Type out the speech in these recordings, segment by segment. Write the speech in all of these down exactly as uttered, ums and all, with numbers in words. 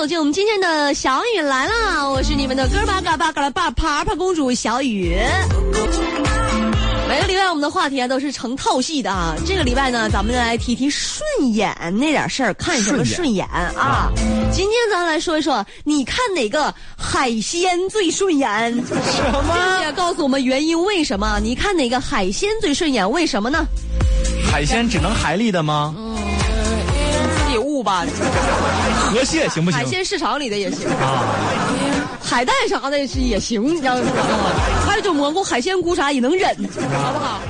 走进我们今天的小雨来啦！我是你们的哥巴嘎巴嘎拉巴爬爬公主小雨。每个礼拜我们的话题啊都是成套系的啊。这个礼拜呢，咱们来提提顺眼那点事儿，看什么顺眼啊？今天咱来说一说，你看哪个海鲜最顺眼？ 什么？ 并且告诉我们原因为什么？你看哪个海鲜最顺眼？为什么呢？ 海鲜只能海里的吗？ 嗯，自己悟吧。 河蟹行不行？ 海鲜市场里的也行啊。海带啥的是也行，你知道吗？还有就蘑菇、海鲜菇啥也能忍，好不好？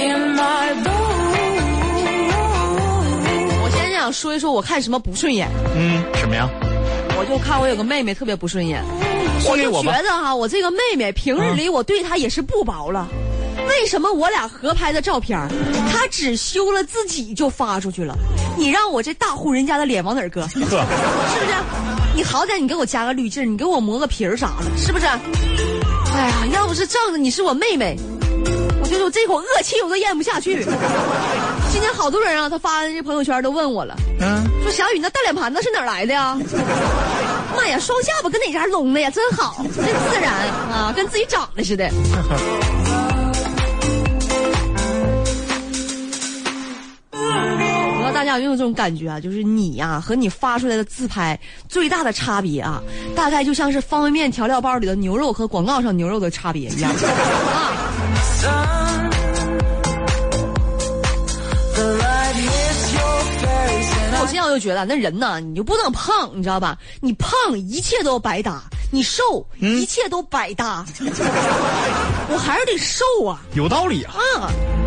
我现在想说一说，我看什么不顺眼。 嗯，什么呀？ 我就看我有个妹妹特别不顺眼，我就觉得哈，我这个妹妹平日里我对她也是不薄了。为什么我俩合拍的照片，她只修了自己就发出去了？你让我这大户人家的脸往哪儿搁？是不是？你好歹你给我加个滤镜，你给我磨个皮儿啥的，是不是？哎呀，要不是仗着你是我妹妹，我觉得我这口恶气我都咽不下去。今天好多人啊，他发的这朋友圈都问我了，嗯，说小雨那大脸盘子是哪儿来的呀？妈呀，双下巴跟哪家隆的呀？真好，真自然啊，跟自己长得似的。大家有没有这种感觉啊？就是你呀、啊、和你发出来的自拍最大的差别啊，大概就像是方便面调料包里的牛肉和广告上牛肉的差别一样啊。我现在我就觉得那人呢，你就不能胖，你知道吧？你胖一切都白搭，你瘦、嗯、一切都百搭。我还是得瘦啊， 有道理啊。 啊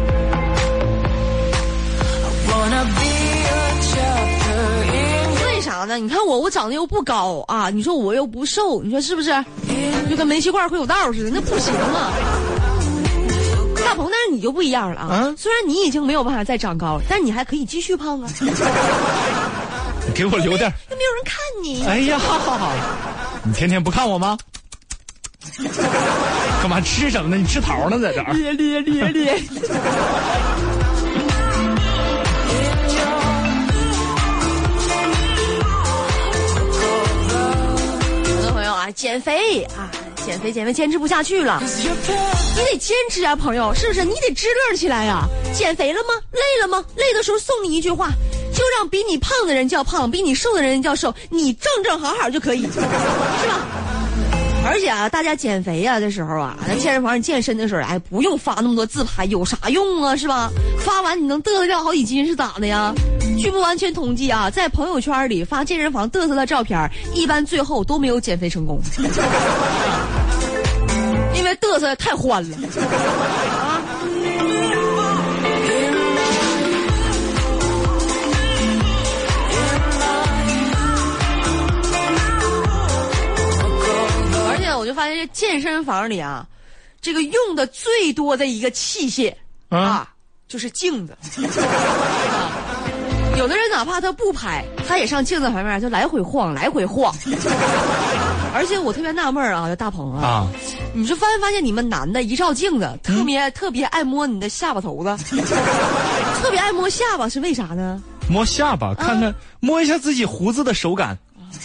为啥呢？你看我，我长得又不高啊，你说我又不瘦，你说是不是？就跟煤气罐会有道似的，那不行啊。大鹏，但是你就不一样了啊！嗯、虽然你已经没有办法再长高了，但你还可以继续胖啊。 你给我留点， 又没有人看你。 哎呀，你天天不看我吗？干嘛吃什么呢？你吃桃呢，在这儿。咧咧咧咧。 减肥啊，减肥减肥坚持不下去了，你得坚持啊，朋友，是不是？你得支棱起来啊！减肥了吗？累了吗？累的时候送你一句话，就让比你胖的人叫胖，比你瘦的人叫瘦，你正正好好就可以，是吧？而且啊，大家减肥啊的时候啊，在健身房健身的时候，哎，不用发那么多自拍，有啥用啊？是吧？发完你能嘚瑟掉好几斤是咋的呀？据不完全统计啊，在朋友圈里发健身房嘚瑟的照片，一般最后都没有减肥成功，因为嘚瑟太欢了啊。我就发现这健身房里啊，这个用的最多的一个器械啊，啊就是镜子。啊、有的人哪怕他不拍，他也上镜子旁边就来回晃，来回晃。而且我特别纳闷啊，大鹏啊，啊你就发没发现你们男的一照镜子，特别、嗯、特别爱摸你的下巴头子，特别爱摸下巴，是为啥呢？ 摸下巴，看看、啊、摸一下自己胡子的手感。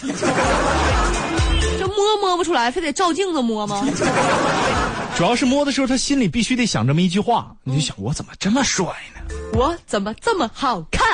摸摸不出来，非得照镜子摸吗？ 主要是摸的时候，他心里必须得想这么一句话，你就想我怎么这么帅呢？ 我怎么这么好看？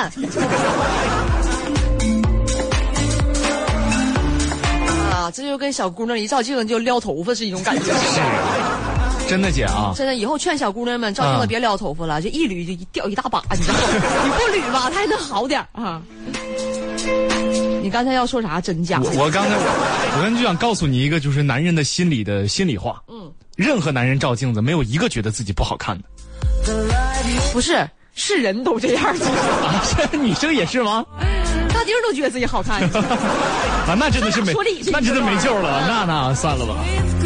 啊，这就跟小姑娘一照镜子就撩头发是一种感觉。 是，真的姐啊！ 真的，以后劝小姑娘们照镜子别撩头发了，啊、就一捋就一掉一大把，你知道吗？你不捋吧，它还能好点啊。你刚才要说啥真假？ 我我刚才我我刚才就想告诉你一个，就是男人的心理的心里话。嗯，任何男人照镜子，没有一个觉得自己不好看的。 不是，是人都这样。 啊，是女生也是吗？ 大丁都觉得自己好看。 啊，那真的是没，那真的没救了。那那算了吧。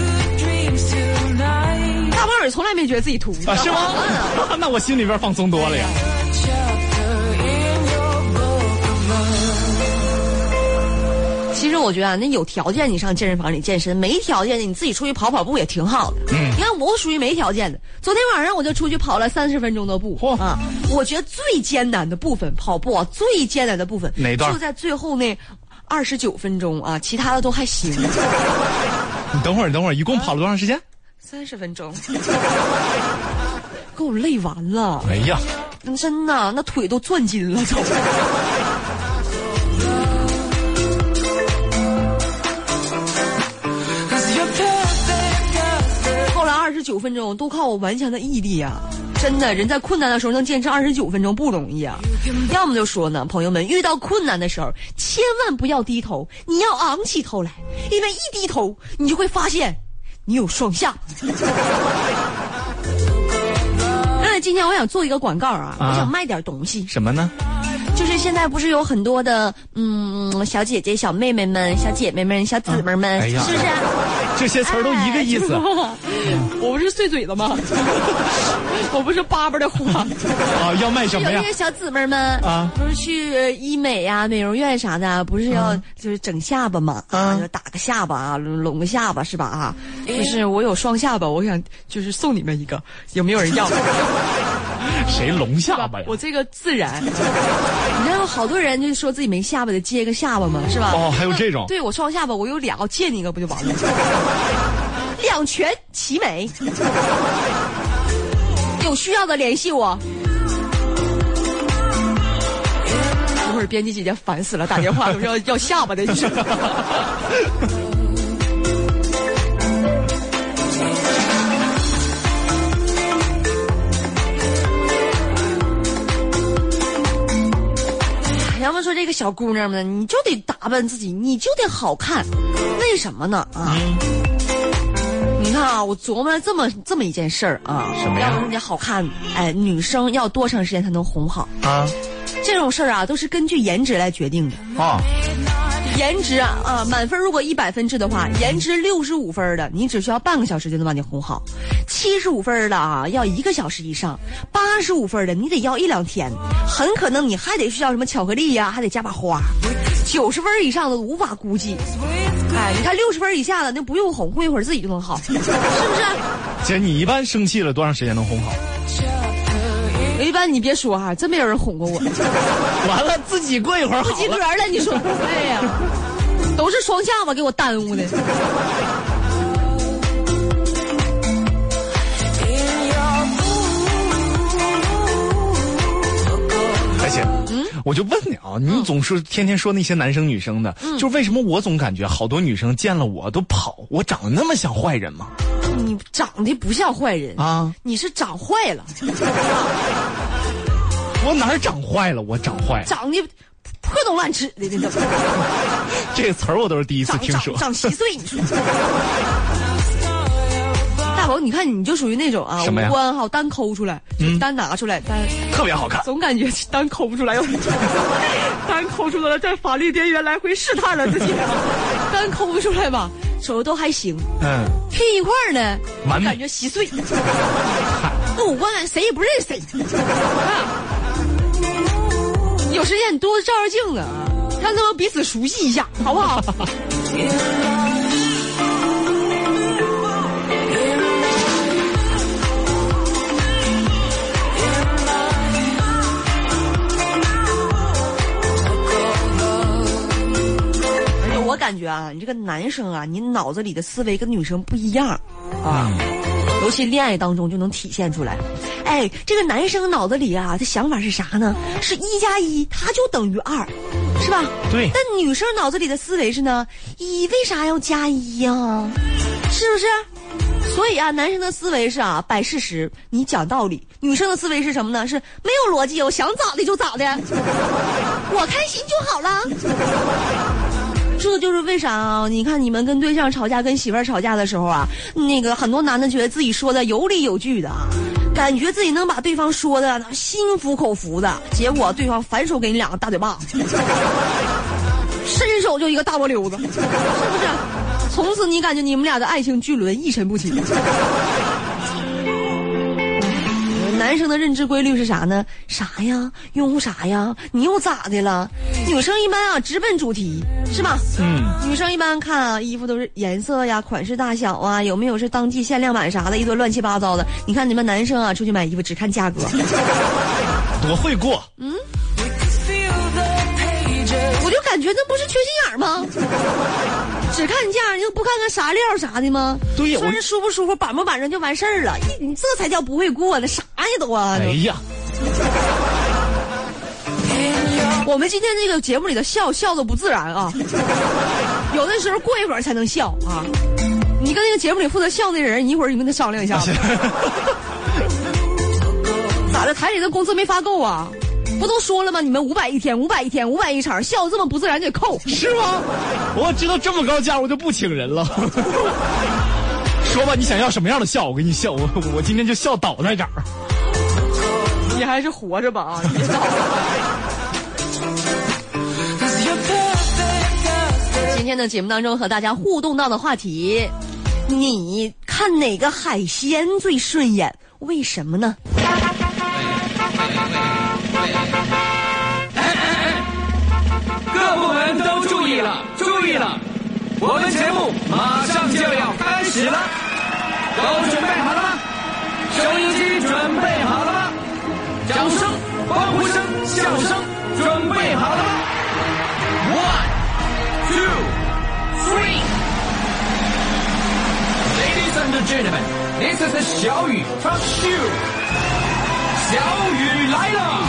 大棒儿从来没觉得自己秃啊，是吗？那我心里边放松多了呀。 其实我觉得啊，那有条件你上健身房里健身，没条件的你自己出去跑跑步也挺好的。嗯，你看我属于没条件的，昨天晚上我就出去跑了三十分钟的步。嚯啊！我觉得最艰难的部分跑步啊，最艰难的部分哪段？ 就在最后那二十九分钟啊，其他的都还行。 你等会儿，等会儿，一共跑了多长时间？ 三十分钟，给我累完了。 哎呀， 真的，那腿都攥筋了，都。后来二十九分钟都靠我顽强的毅力啊！真的，人在困难的时候能坚持二十九分钟不容易啊。要么就说呢，朋友们，遇到困难的时候，千万不要低头，你要昂起头来，因为一低头，你就会发现你有双下。那今天我想做一个广告啊，啊我想卖点东西。 什么呢？ 就是现在不是有很多的嗯小姐姐、小妹妹们、小姐妹们、小姊妹们，啊哎、是不是？ 这些词儿都一个意思。 哎我不是碎嘴的吗？我不是巴巴的话。 啊，要卖什么呀？ 有些小姊妹们啊，不是去医美呀、美容院啥的，不是要就是整下巴嘛？啊，就打个下巴啊，隆个下巴是吧？啊，就是我有双下巴，我想就是送你们一个，有没有人要？ 谁隆下巴呀？ 我这个自然。你知道好多人就说自己没下巴的接个下巴嘛，是吧？ 哦，还有这种。 对，我双下巴，我有俩，我借你一个不就完了？两全其美。有需要的联系我。一会儿编辑姐姐烦死了，打电话都是要要下巴的，你说。要么说这个小姑娘们，你就得打扮自己，你就得好看，为什么呢？啊，嗯、你看啊，我琢磨了这么这么一件事儿啊， 什么呀？ 要你好看，哎，女生要多长时间才能红好啊？这种事儿啊，都是根据颜值来决定的啊。颜值啊啊，满分如果一百分制的话，颜值六十五分的，你只需要半个小时就能把你哄好；七十五分的啊，要一个小时以上；八十五分的，你得要一两天，很可能你还得需要什么巧克力呀、啊，还得加把花；九十分以上的无法估计。哎，你看六十分以下的，那不用哄，哄一会儿自己就能好，是不是？ 姐，你一般生气了多长时间能哄好？ 一般你别说哈、啊，真没有人哄过我。 完了，自己过一会儿好了。 不及格了，你说？哎呀，都是双下巴给我耽误的。 而且，嗯，我就问你啊，你总是天天说那些男生女生的，嗯、就为什么我总感觉好多女生见了我都跑？我长得那么像坏人吗？ 你长得不像坏人啊，你是长坏了。 我哪儿长坏了？我长坏， 长得破洞乱吃的，你怎么？ 这个词儿我都是第一次听说。 长稀碎，你说。大宝，你看你就属于那种啊，五官哈单抠出来，就单拿出来，单特别好看， 总感觉单抠不出来，单抠出来了，在法律边缘来回试探了自己，单抠不出来吧。手都还行，嗯，拼一块儿呢，感觉稀碎。那五官谁也不认谁。有时间你多照照镜子啊，让他们彼此熟悉一下，好不好？我感觉啊，你这个男生啊，你脑子里的思维跟女生不一样啊，尤其恋爱当中就能体现出来。哎，这个男生脑子里啊，他想法是啥呢？是一加一，他就等于二，是吧？ 对。 但女生脑子里的思维是呢，一为啥要加一呀、啊？是不是？所以啊，男生的思维是啊，摆事实，你讲道理；女生的思维是什么呢？是没有逻辑，我想咋的就咋的，我开心就好了。这就是为啥啊？你看你们跟对象吵架、跟媳妇儿吵架的时候啊，那个很多男的觉得自己说的有理有据的啊，感觉自己能把对方说的心服口服的，结果对方反手给你两个大嘴巴，伸手就一个大波溜子，是不是？从此你感觉你们俩的爱情巨轮一沉不起。男生的认知规律是啥呢？啥呀？用啥呀？你又咋的了？女生一般啊直奔主题，是吧？嗯。女生一般看啊衣服都是颜色呀、款式大小啊，有没有是当季限量版啥的，一堆乱七八糟的。你看你们男生啊出去买衣服只看价格， 多会过。 嗯。我就感觉那不是缺心眼吗？只看价，你就不看看啥料啥的吗？ 对呀， 说是舒不舒服，板不板正就完事儿了。你这才叫不会过呢，啥呀都啊！ 哎呀， 我们今天这个节目里的笑笑的不自然啊，有的时候过一会儿才能笑啊。你跟那个节目里负责笑那人，你一会儿你跟他商量一下吧。咋的？台里的工资没发够啊？不都说了吗？你们五百一天，五百一天，五百一场，笑这么不自然就得扣， 是吗？我知道这么高价，我就不请人了。说吧，你想要什么样的笑？我给你笑，我我今天就笑倒在这儿。 你还是活着吧啊！别倒了。今天的节目当中和大家互动到的话题，你看哪个海鲜最顺眼？为什么呢？ 各部门都注意了，注意了！我们节目马上就要开始了，都准备好了吗？收音机准备好了吗？掌声、欢呼声、笑声准备好了吗 ？One, two, three. Ladies and gentlemen, this is 小雨 from Shu. 小雨来了。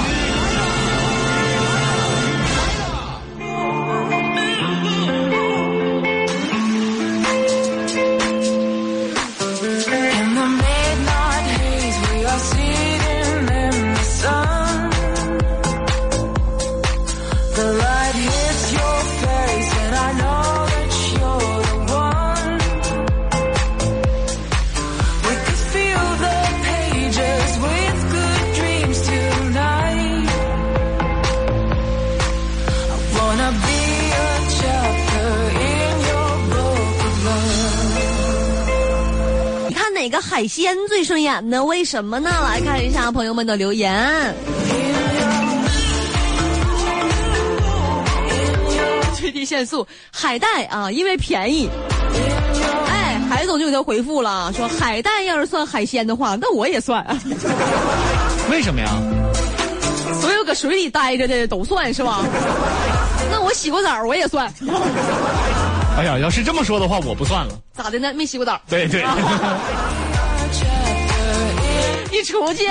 哪个海鲜最顺眼呢？为什么呢？来看一下朋友们的留言。最低限速海带啊，因为便宜。哎，海总就给他回复了，说海带要是算海鲜的话，那我也算。 为什么呀？ 所有搁水里待着的都算是吧？那我洗过澡我也算。 哎呀，要是这么说的话，我不算了。 咋的呢？没洗过澡？ 对对。 你出去。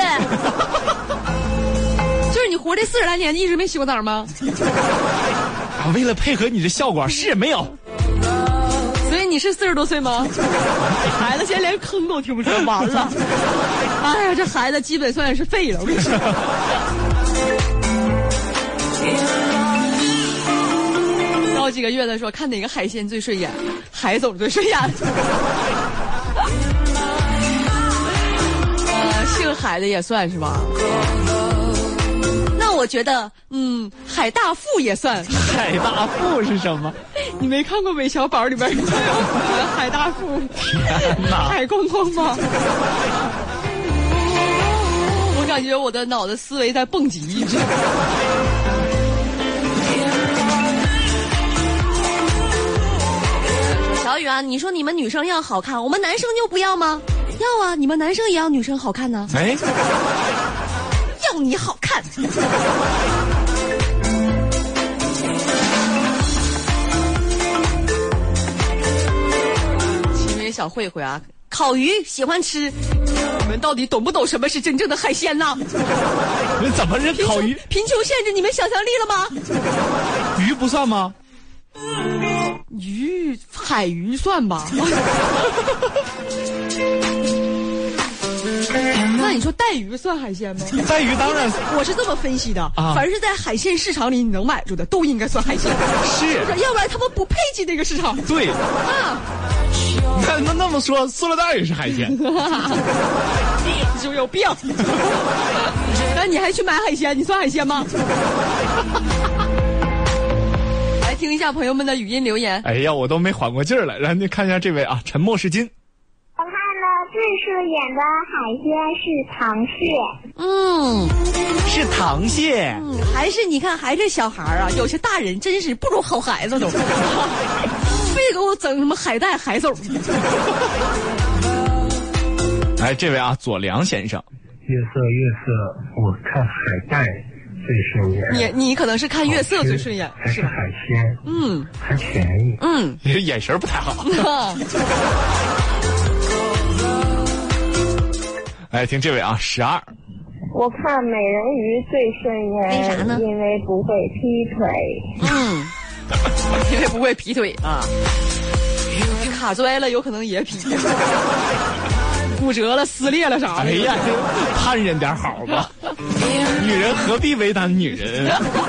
就是你活这四十来年，你一直没洗过澡吗？ 啊，为了配合你的效果，是没有。 所以你是四十多岁吗？孩子现在连坑都听不出来，完了。哎呀，这孩子基本算是废了，我跟你说。到几个月的说，看哪个海鲜最顺眼，海总最顺眼。呃，姓海的也算是吧？那我觉得，嗯，海大富也算。 海大富是什么？ 你没看过韦小宝里边有海大富？ 天哪！ 海公公吗？我感觉我的脑子思维在蹦极。小雨啊，你说你们女生要好看，我们男生就不要吗？要啊，你们男生也要女生好看呢。 哎， 要你好看。亲微小慧慧啊，烤鱼喜欢吃，你们到底懂不懂什么是真正的海鲜呢？ 你怎么人烤鱼？ 贫穷限制你们想象力了吗？ 鱼不算吗？ 鱼，海鱼算吧。那你说带鱼算海鲜吗？ 带鱼当然。 我是这么分析的啊，凡是在海鲜市场里你能买住的，都应该算海鲜。 是， 要不然他们不配进那个市场。 对啊，你看那那么说，塑料袋也是海鲜。 你是不是有病？那你还去买海鲜？你算海鲜吗？来听一下朋友们的语音留言。 哎呀，我都没缓过劲儿来，让你看一下这位啊，沉默是金。 我看了最顺眼的海鲜是螃蟹。 嗯， 是螃蟹。 嗯，还是你看，还是小孩啊，有些大人真是不如好孩子都，非得给我整什么海带、海走。 哎，这位啊，左良先生。 月色月色，我看海带， 最顺眼。 你你可能是看月色最顺眼， 是吧？海鲜， 嗯， 还便宜， 嗯， 你这眼神不太好。来听这位啊，十二。 我看美人鱼最顺眼， 为啥呢？ 因为不会劈腿。 嗯，因为不会劈腿啊。卡摔了，有可能也劈。骨折了、撕裂了啥的。 哎呀，看人点好吧。女人何必为难女人？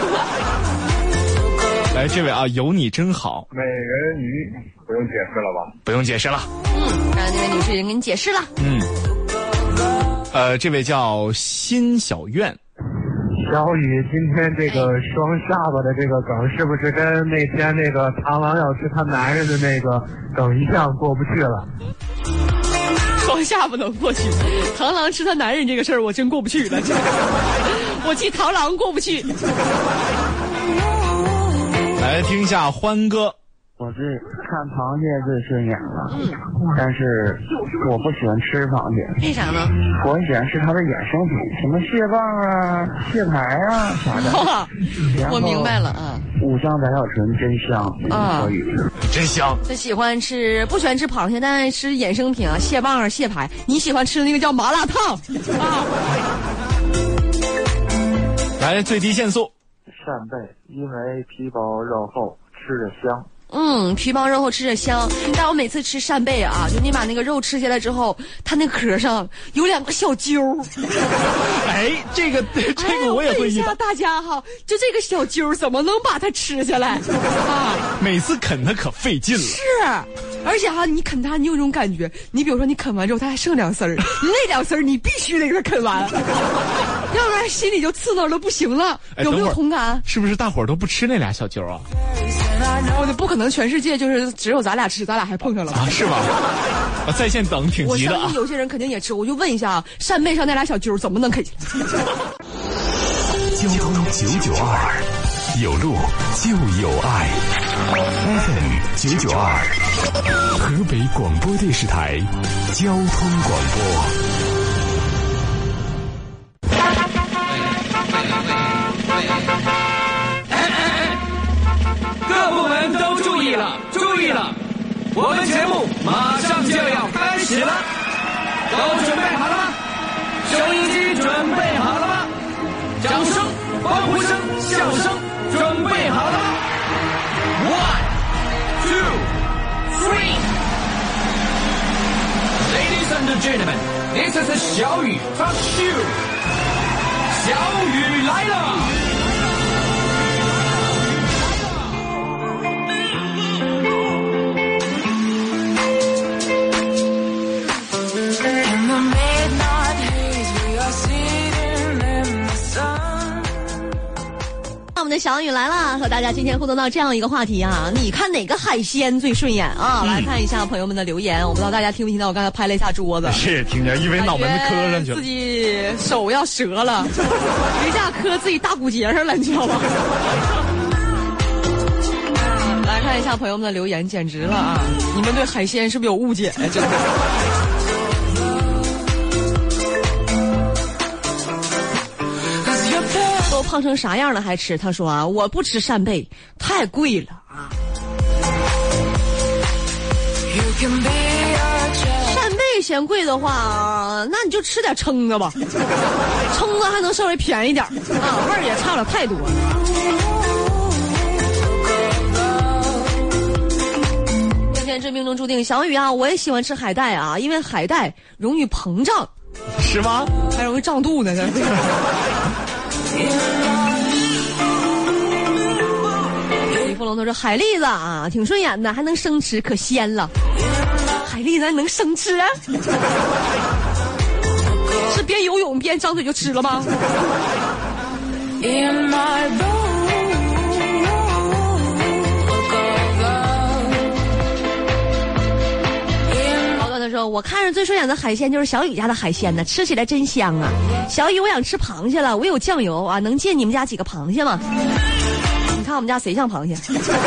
来，这位啊，有你真好。 美人鱼不用解释了吧？ 不用解释了。 嗯，让这位女士已经给你解释了。 嗯。呃，这位叫辛小苑。 小雨，今天这个双下巴的这个梗，是不是跟那天那个螳螂要吃他男人的那个梗一样过不去了？ 双下巴能过去，螳螂吃他男人这个事儿，我真过不去了。我替螳螂过不去。 来听一下欢哥。 我是看螃蟹最顺眼了，嗯，但是我不喜欢吃螃蟹。 为啥呢？ 我喜欢吃它的衍生品，什么蟹棒啊、蟹排啊啥的。 我明白了啊。 五香白小纯真香啊， 真香。 他喜欢吃，不喜欢吃螃蟹，但是吃衍生品啊，蟹棒啊、蟹排。你喜欢吃那个叫麻辣烫啊。 来，最低限速。 扇贝，因为皮薄肉厚，吃着香。 嗯，皮薄肉厚吃着香，但我每次吃扇贝啊，就你把那个肉吃下来之后，它那壳上有两个小揪。 哎，这个这个我也会遇到。 哎、大家哈，就这个小揪怎么能把它吃下来啊？ 每次啃它可费劲了。 是，而且哈，你啃它，你有种感觉，你比如说你啃完之后，它还剩两丝儿，那两丝儿你必须得给它啃完，要不然心里就刺挠的不行了。 哎、 有没有同感？ 是不是大伙儿都不吃那俩小揪啊？ 我就不可能全世界就是只有咱俩吃，咱俩还碰上了啊？是吗？啊，在线等挺急的啊！ 我相信有些人肯定也吃，我就问一下啊，扇贝上那俩小揪怎么能啃下来？ 交通九九二，有路就有爱。F M 九九二，河北广播电视台交通广播。 各部门都注意了，注意了！我们节目马上就要开始了，都准备好了吗？收音机准备好了吗？掌声、欢呼声、笑声准备好了吗 ？One, two, three. Ladies and gentlemen, this is 小雨 Talk Show. 小雨来了。 我们的小雨来了，和大家今天互动到这样一个话题啊，你看哪个海鲜最顺眼啊？嗯、来看一下朋友们的留言，我不知道大家听没听到，我刚才拍了一下桌子， 是听见，因为脑门子磕上去了， 自己手要折了，一下磕自己大骨节上了，你知道吗？来看一下朋友们的留言，简直了啊！你们对海鲜是不是有误解？真的。都胖成啥样了还吃？他说啊，我不吃扇贝，太贵了啊。扇贝嫌贵的话，那你就吃点蛏子吧，蛏子还能稍微便宜点啊，味儿也差了太多了。今天这命中注定，小雨啊，我也喜欢吃海带啊，因为海带容易膨胀， 是吗？ 还容易胀肚呢。李富龙他说海蛎子啊挺顺眼的，还能生吃，可鲜了。海蛎子还能生吃啊？是边游泳边张嘴就吃了吗？他说我看着最顺眼的海鲜就是小雨家的海鲜呢，吃起来真香啊。小雨，我想吃螃蟹了，我有酱油啊，能借你们家几个螃蟹吗？你看我们家谁像螃蟹？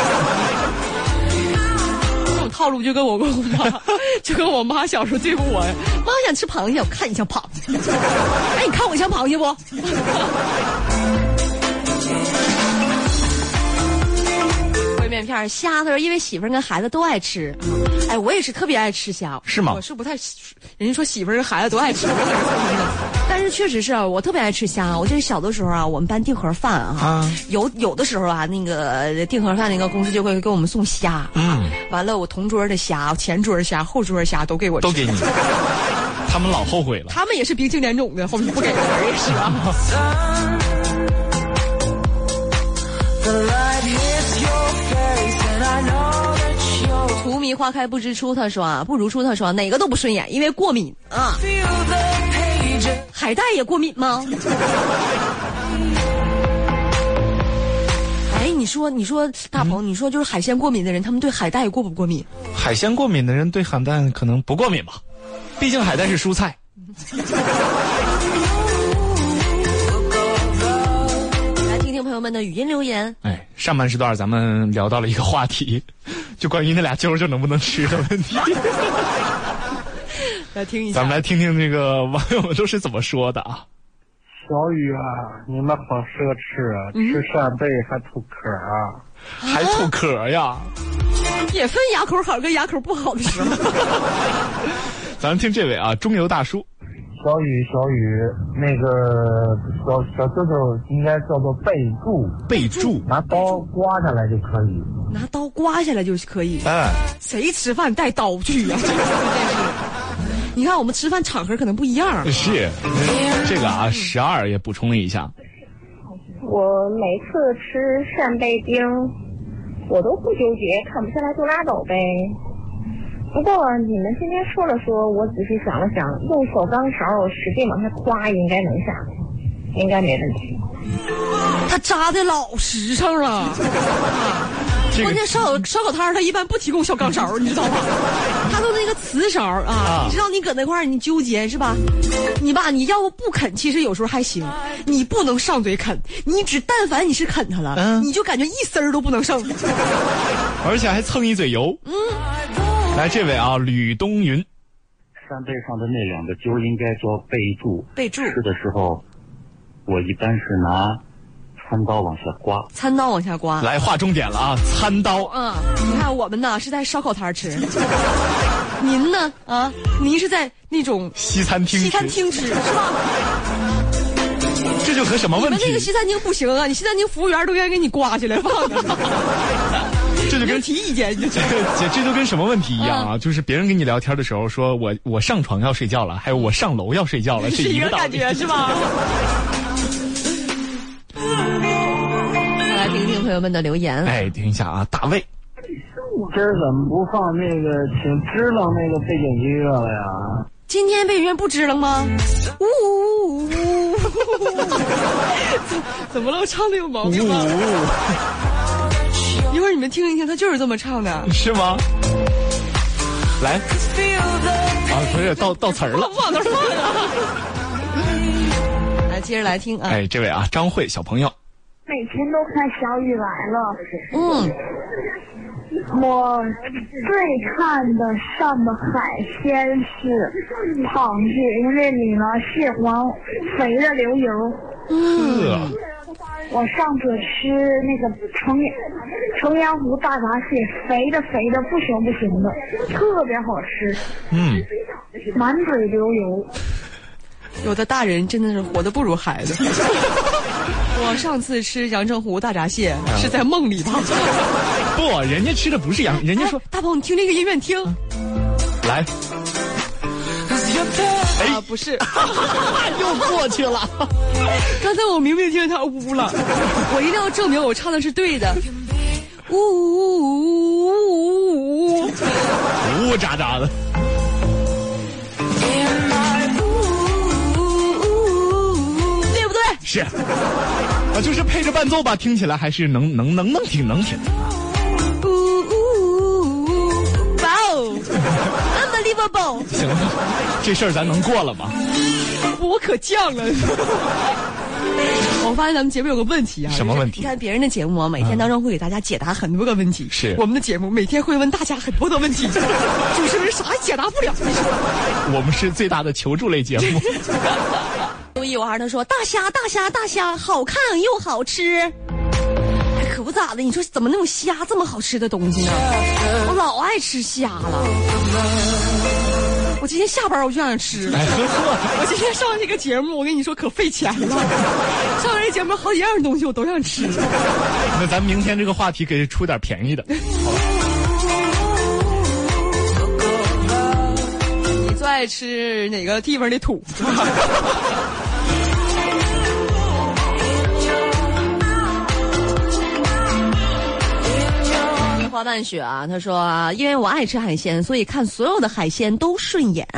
这种套路就跟我跟我妈，就跟我妈小时候对付我，妈想吃螃蟹，我看你像螃蟹。哎，你看我像螃蟹不？ 片虾，他说因为媳妇儿跟孩子都爱吃。哎，我也是特别爱吃虾， 是吗？ 我是不太，人家说媳妇儿跟孩子都爱吃，我可是特别。但是确实是我特别爱吃虾。我记得小的时候啊，我们班订盒饭啊，啊有有的时候啊，那个订盒饭那个公司就会给我们送虾。嗯，完了我同桌的虾、前桌虾、后桌虾都给我吃， 都给你。他们老后悔了。 他们也是鼻青脸肿的，后面不给人也是啊。荼蘼花开不知初，他说啊，不如初，他说哪个都不顺眼，因为过敏啊。海带也过敏吗？哎，你说，你说，大鹏，嗯、你说就是海鲜过敏的人，他们对海带过不过敏？ 海鲜过敏的人对海带可能不过敏吧，毕竟海带是蔬菜。 来听听朋友们的语音留言。 哎，上半时段咱们聊到了一个话题，就关于那俩揪揪能不能吃的问题。 来听一下， 咱们来听听这个网友们都是怎么说的啊。 小雨啊，你们好奢侈啊，嗯、吃扇贝还吐壳啊， 还吐壳呀？ 也分牙口好跟牙口不好的时候。 咱们听这位啊，中油大叔。 小雨，小雨，那个小小舅舅应该叫做备注， 备注， 拿刀刮下来就可以， 拿刀刮下来就可以。 哎， 谁吃饭带刀去啊？这个真是。你看我们吃饭场合可能不一样。 是，这个啊，十二也补充了一下。 我每次吃扇贝丁，我都不纠结，看不下来就拉倒呗。不过你们今天说了说，我仔细想了想，用小钢勺使劲往下刮，应该能下来，应该没问题。 他扎的老实诚了。这个、关键烧烤烧烤摊他一般不提供小钢勺，你知道吧？他都那个瓷勺啊，啊你知道你搁那块儿你纠结是吧？你吧，你要不啃，其实有时候还行，你不能上嘴啃，你只但凡你是啃它了，嗯、你就感觉一丝儿都不能剩， 而且还蹭一嘴油。嗯。来，这位啊，吕东云， 扇贝上的那两个揪应该叫备注。 备注吃的时候，我一般是拿餐刀往下刮。 餐刀往下刮。 来，划重点了啊，餐刀。 嗯，你看我们呢是在烧烤摊吃，您呢啊，您是在那种西餐厅西餐厅吃是吧？ 这就和什么问题？ 你们那个西餐厅不行啊，你西餐厅服务员都愿意给你刮起来放着。 这就跟提意见，这这这就跟什么问题一样啊？嗯、就是别人跟你聊天的时候说我我上床要睡觉了，还有我上楼要睡觉了， 是一个感觉是吧？来听听朋友们的留言。 哎，听一下啊，大卫， 今儿怎么不放那个请支棱那个背景音乐了呀？ 今天背景音乐不支棱吗？呜呜呜呜！怎么了？我唱的有毛病吗？一会儿你们听一听，他就是这么唱的， 是吗？来，啊，不是倒倒词儿了， 往哪放啊？来，接着来听啊！ 哎，这位啊，张慧小朋友， 每天都看小雨来了。嗯，我最看得上的海鲜是螃蟹，因为里呢蟹黄肥的流油。嗯。我上次吃那个重重阳湖大闸蟹，肥的肥的不行不行的，特别好吃。嗯，满嘴流油。 有的大人真的是活得不如孩子。我上次吃阳澄湖大闸蟹、嗯、是在梦里吧？ 不，人家吃的不是羊，人家说、 哎、大鹏，你听这个音乐，你听。 来。 哎，啊、不是， 又过去了。 刚才我明明听见他呜了，我一定要证明我唱的是对的。呜呜呜呜呜， 呜喳喳的。 对不对？ 是，啊，就是配着伴奏吧，听起来还是能能能能听能听。 呜呜呜！哇哦 ，unbelievable！ 行了，这事儿咱能过了吗？ 我可犟了。我发现咱们节目有个问题啊， 什么问题？ 你看别人的节目啊，每天当中会给大家解答很多个问题， 是、嗯、 我们的节目每天会问大家很多的问题，主持人啥也解答不了。 我们是最大的求助类节目。 周一我还他说大虾大虾大虾，好看又好吃。 可不咋的，你说怎么那种虾这么好吃的东西呢？我老爱吃虾了。我今天下班我就想吃。 哎呵呵， 我今天上这个节目，我跟你说可费钱了。上完这节目好几样东西我都想吃。 那咱明天这个话题给出点便宜的。 你最爱吃哪个地方的土？花瓣雪啊，他说啊，因为我爱吃海鲜，所以看所有的海鲜都顺眼。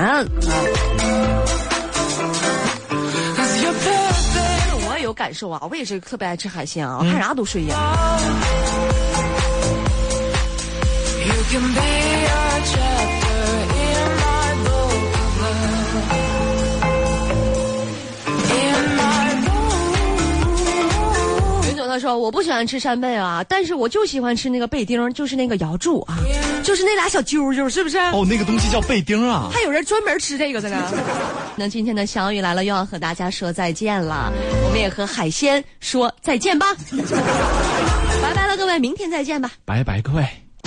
我也有感受啊，我也是特别爱吃海鲜啊，嗯、看啥都顺眼。他说我不喜欢吃扇贝啊，但是我就喜欢吃那个贝丁，就是那个瑶柱啊，就是那俩小揪揪，是不是？ 哦，那个东西叫贝丁啊， 还有人专门吃这个的呢。那今天的小雨来了，又要和大家说再见了，我们也和海鲜说再见吧。拜拜了各位，明天再见吧。 拜拜各位。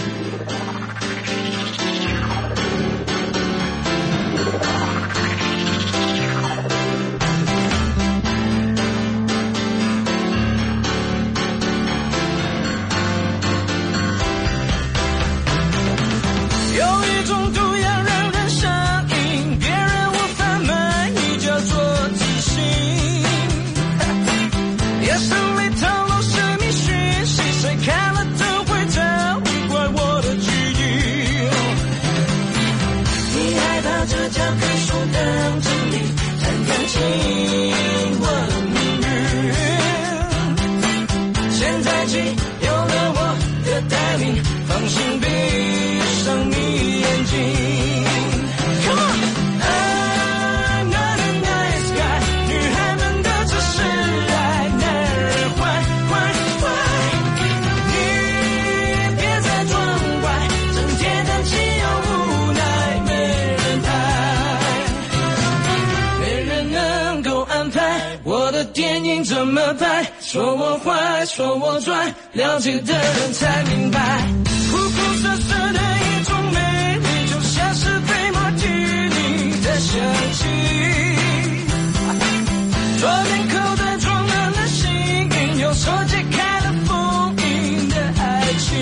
怎么拍？说我坏，说我拽，了解的人才明白。苦苦涩涩的一种美丽，就像是杯马提尼的香气。左边口袋装满了幸运，右手解开了封印的爱情。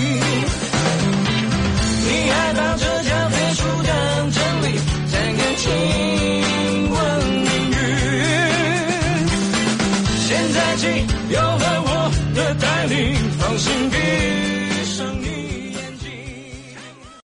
你还抱着叫飞书当真理，谈感情。有了我的带领，放心别